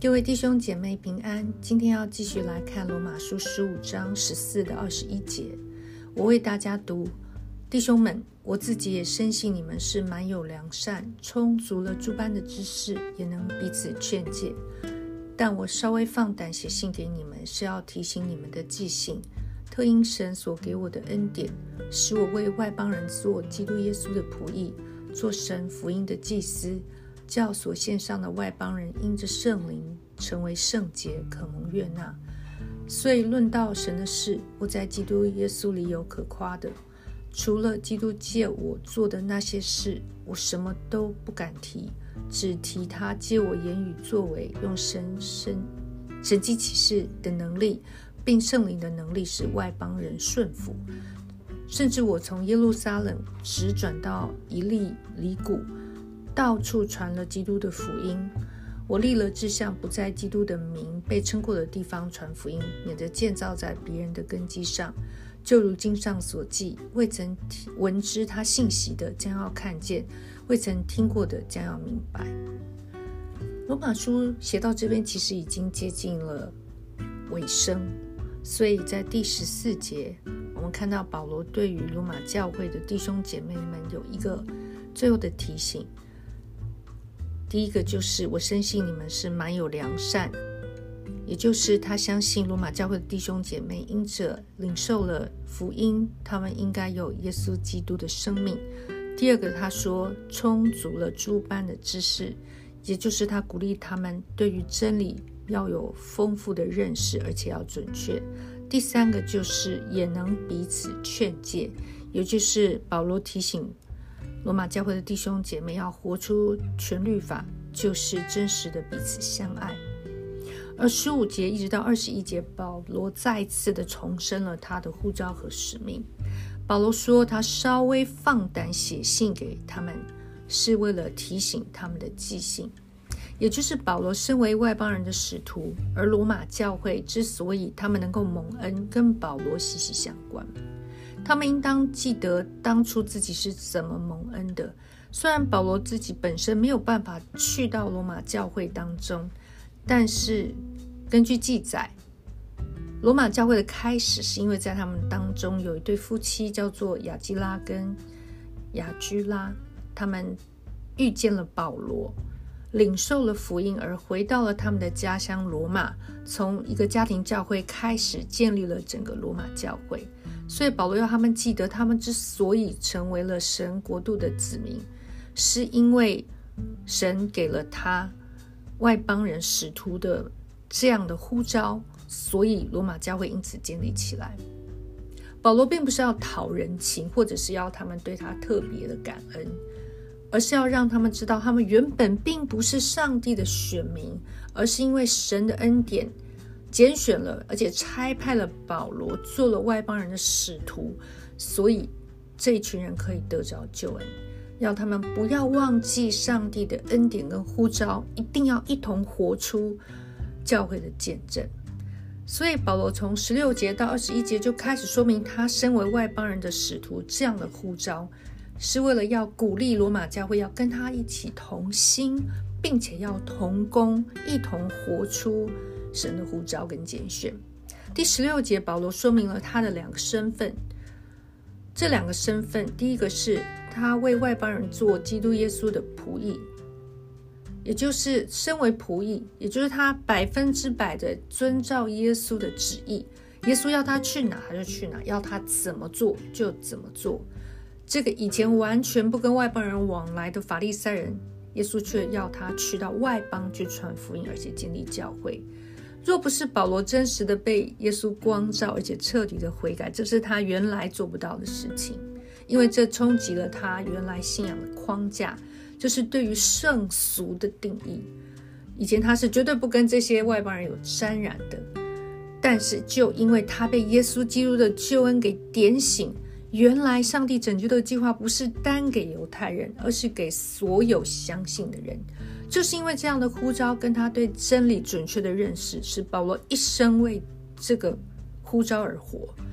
各位弟兄姐妹平安，今天要继续来看罗马书15章14到21节。我为大家读：弟兄们，我自己也深信你们是满有良善，充足了诸般的知识，也能彼此劝诫。但我稍微放胆写信给你们，是要提醒你们的记性，特因神所给我的恩典，使我为外邦人做基督耶稣的仆役，做神福音的祭司，叫所献上的外邦人因着圣灵成为圣洁，可蒙悦纳。所以论到神的事，我在基督耶稣里有可夸的，除了基督借我做的那些事，我什么都不敢提，只提他借我言语作为，用神迹启示的能力，并圣灵的能力，使外邦人顺服。甚至我从耶路撒冷直转到以利里谷，到处传了基督的福音。我立了志向，不在基督的名被称过的地方传福音，免得建造在别人的根基上。就如经上所记，未曾闻知他信息的将要看见，未曾听过的将要明白。罗马书写到这边其实已经接近了尾声，所以在第14节我们看到保罗对于罗马教会的弟兄姐妹们有一个最后的提醒。第一个就是我深信你们是满有良善，也就是他相信罗马教会的弟兄姐妹因着领受了福音，他们应该有耶稣基督的生命。第二个他说充足了诸般的知识，也就是他鼓励他们对于真理要有丰富的认识，而且要准确。第三个就是也能彼此劝诫，也就是保罗提醒罗马教会的弟兄姐妹要活出全律法，就是真实的彼此相爱。而15节一直到21节，保罗再一次的重申了他的呼召和使命。保罗说他稍微放胆写信给他们，是为了提醒他们的记性，也就是保罗身为外邦人的使徒，而罗马教会之所以他们能够蒙恩，跟保罗息息相关。他们应当记得当初自己是怎么蒙恩的。虽然保罗自己本身没有办法去到罗马教会当中，但是根据记载，罗马教会的开始是因为在他们当中有一对夫妻叫做雅基拉跟雅居拉，他们遇见了保罗，领受了福音，而回到了他们的家乡罗马，从一个家庭教会开始建立了整个罗马教会。所以保罗要他们记得，他们之所以成为了神国度的子民，是因为神给了他外邦人使徒的这样的呼召，所以罗马教会因此建立起来。保罗并不是要讨人情，或者是要他们对他特别的感恩，而是要让他们知道他们原本并不是上帝的选民，而是因为神的恩典拣选了，而且差派了保罗做了外邦人的使徒，所以这一群人可以得着救恩。要他们不要忘记上帝的恩典跟呼召，一定要一同活出教会的见证。所以保罗从16节到21节就开始说明他身为外邦人的使徒这样的呼召，是为了要鼓励罗马教会要跟他一起同心，并且要同工，一同活出神的呼召跟拣选。第16节保罗说明了他的两个身份，这两个身份，第一个是他为外邦人做基督耶稣的仆役，也就是身为仆役，也就是他100%的遵照耶稣的旨意，耶稣要他去哪他就去哪，要他怎么做就怎么做。这个以前完全不跟外邦人往来的法利赛人，耶稣却要他去到外邦去传福音，而且建立教会。若不是保罗真实的被耶稣光照，而且彻底的悔改，这是他原来做不到的事情，因为这冲击了他原来信仰的框架，就是对于圣俗的定义。以前他是绝对不跟这些外邦人有沾染的，但是就因为他被耶稣基督的救恩给点醒，原来上帝拯救的计划不是单给犹太人，而是给所有相信的人。就是因为这样的呼召跟他对真理准确的认识，使保罗一生为这个呼召而活。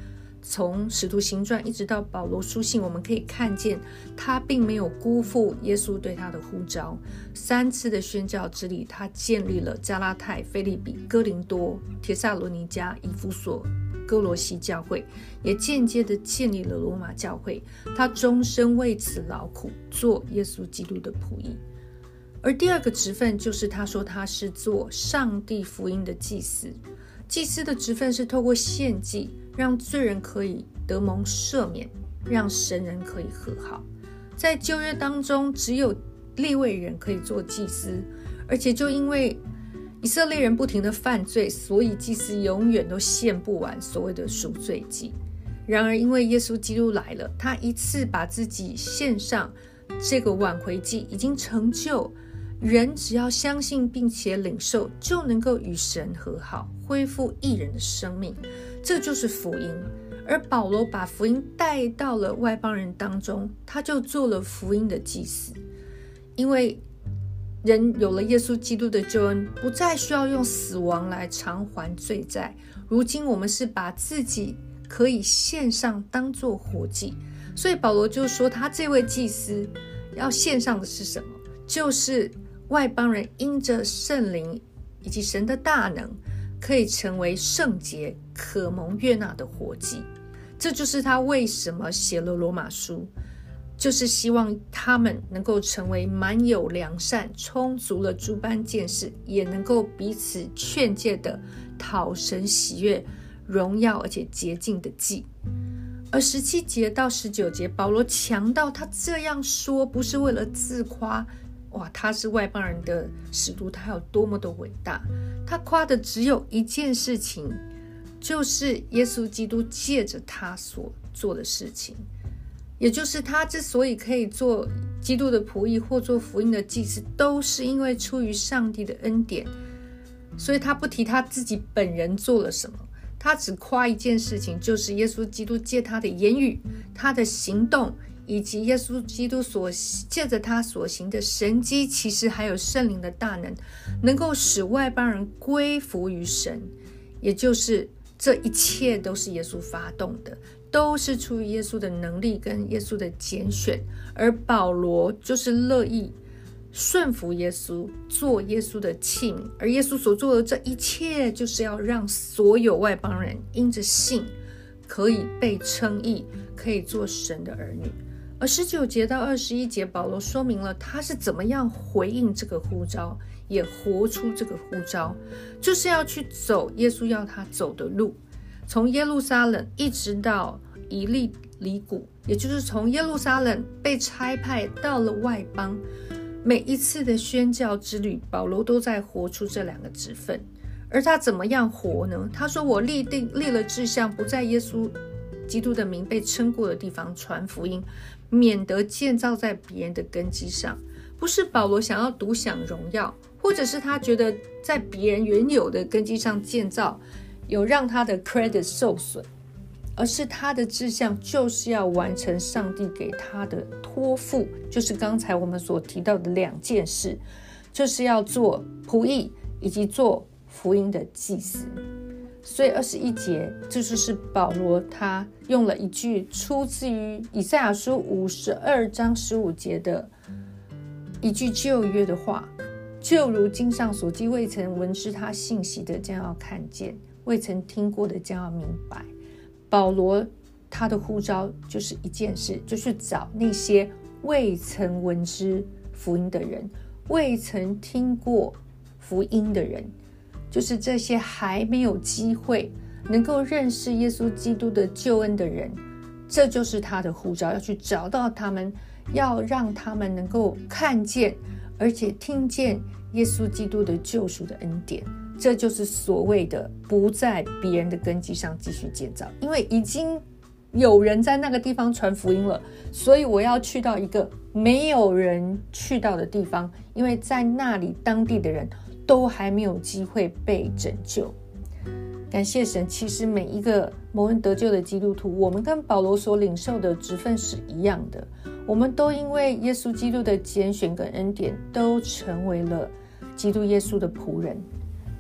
从使徒行传一直到保罗书信，我们可以看见他并没有辜负耶稣对他的呼召。3次的宣教之旅，他建立了加拉太、腓立比、哥林多、帖撒罗尼迦、以弗所、哥罗西教会，也间接的建立了罗马教会。他终身为此劳苦，做耶稣基督的仆役。而第二个职分就是他说他是做上帝福音的祭司。祭司的职分是透过献祭让罪人可以得蒙赦免，让神人可以和好。在旧约当中，只有利未人可以做祭司，而且就因为以色列人不停的犯罪，所以祭司永远都献不完所谓的赎罪祭。然而因为耶稣基督来了，他一次把自己献上，这个挽回祭已经成就，人只要相信并且领受，就能够与神和好，恢复义人的生命。这就是福音。而保罗把福音带到了外邦人当中，他就做了福音的祭司。因为人有了耶稣基督的救恩，不再需要用死亡来偿还罪债。如今我们是把自己可以献上当作活祭，所以保罗就说他这位祭司要献上的是什么？就是外邦人因着圣灵以及神的大能，可以成为圣洁、可蒙悦纳的活祭。这就是他为什么写了罗马书，就是希望他们能够成为满有良善、充足了诸般见识，也能够彼此劝诫的讨神喜悦、荣耀而且洁净的祭。而17节到19节，保罗强调他这样说不是为了自夸，他是外邦人的使徒，他有多么的伟大。他夸的只有一件事情，就是耶稣基督借着他所做的事情，也就是他之所以可以做基督的仆役或做福音的祭司，都是因为出于上帝的恩典。所以他不提他自己本人做了什么，他只夸一件事情，就是耶稣基督借他的言语、他的行动，以及耶稣基督借着他所行的神迹，其实还有圣灵的大能，能够使外邦人归服于神。也就是这一切都是耶稣发动的，都是出于耶稣的能力跟耶稣的拣选。而保罗就是乐意顺服耶稣，做耶稣的器皿。而耶稣所做的这一切，就是要让所有外邦人因着信可以被称义，可以做神的儿女。而19节到21节，保罗说明了他是怎么样回应这个呼召，也活出这个呼召，就是要去走耶稣要他走的路，从耶路撒冷一直到以利里谷，也就是从耶路撒冷被差派到了外邦。每一次的宣教之旅，保罗都在活出这2个职分。而他怎么样活呢？他说我立了志向，不在耶稣基督的名被称过的地方传福音，免得建造在别人的根基上。不是保罗想要独享荣耀，或者是他觉得在别人原有的根基上建造有让他的 credit 受损，而是他的志向就是要完成上帝给他的托付，就是刚才我们所提到的2件事，就是要做仆役以及做福音的祭司。所以21节，这就是保罗他用了一句出自于以赛亚书52章15节的一句旧约的话，就如经上所记，未曾闻知他信息的将要看见，未曾听过的将要明白。保罗他的呼召就是一件事，就是找那些未曾闻知福音的人，未曾听过福音的人，就是这些还没有机会能够认识耶稣基督的救恩的人。这就是他的呼召，要去找到他们，要让他们能够看见而且听见耶稣基督的救赎的恩典。这就是所谓的不在别人的根基上继续建造，因为已经有人在那个地方传福音了，所以我要去到一个没有人去到的地方，因为在那里当地的人都还没有机会被拯救。感谢神，其实每一个蒙恩得救的基督徒，我们跟保罗所领受的职分是一样的，我们都因为耶稣基督的拣选跟恩典，都成为了基督耶稣的仆人。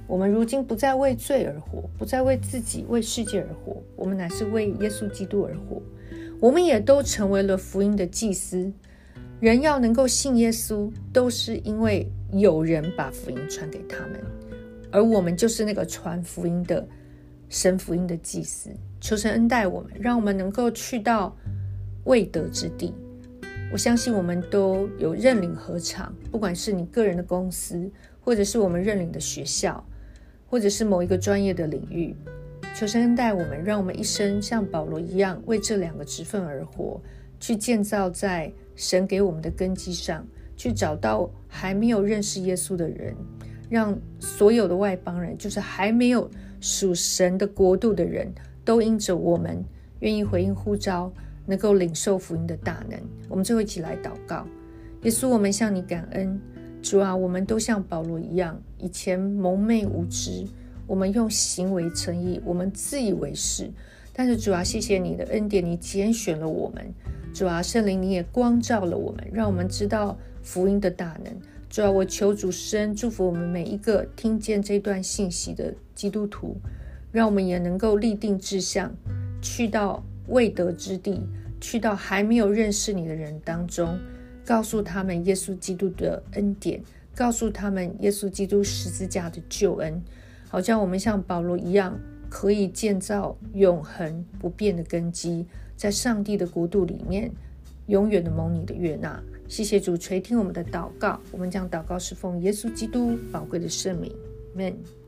我们如今不再为罪而活，不再为自己为世界而活，我们乃是为耶稣基督而活。我们也都成为了福音的祭司。人要能够信耶稣，都是因为有人把福音传给他们，而我们就是那个传福音的神福音的祭司。求神恩待我们，让我们能够去到未得之地。我相信我们都有认领合场，不管是你个人的公司，或者是我们认领的学校，或者是某一个专业的领域。求神恩待我们，让我们一生像保罗一样，为这2个职分而活，去建造在神给我们的根基上，去找到还没有认识耶稣的人，让所有的外邦人，就是还没有属神的国度的人，都因着我们愿意回应呼召，能够领受福音的大能。我们最后一起来祷告。耶稣，我们向你感恩。主啊，我们都像保罗一样，以前蒙昧无知，我们用行为称义，我们自以为是。但是主啊，谢谢你的恩典，你拣选了我们。主啊，圣灵你也光照了我们，让我们知道福音的大能。主啊，我求主施恩祝福我们每一个听见这段信息的基督徒，让我们也能够立定志向，去到未得之地，去到还没有认识你的人当中，告诉他们耶稣基督的恩典，告诉他们耶稣基督十字架的救恩，好像我们像保罗一样，可以建造永恒不变的根基，在上帝的国度里面永远的蒙你的悦纳。谢谢主垂听我们的祷告，我们将祷告是奉耶稣基督宝贵的圣名， Amen。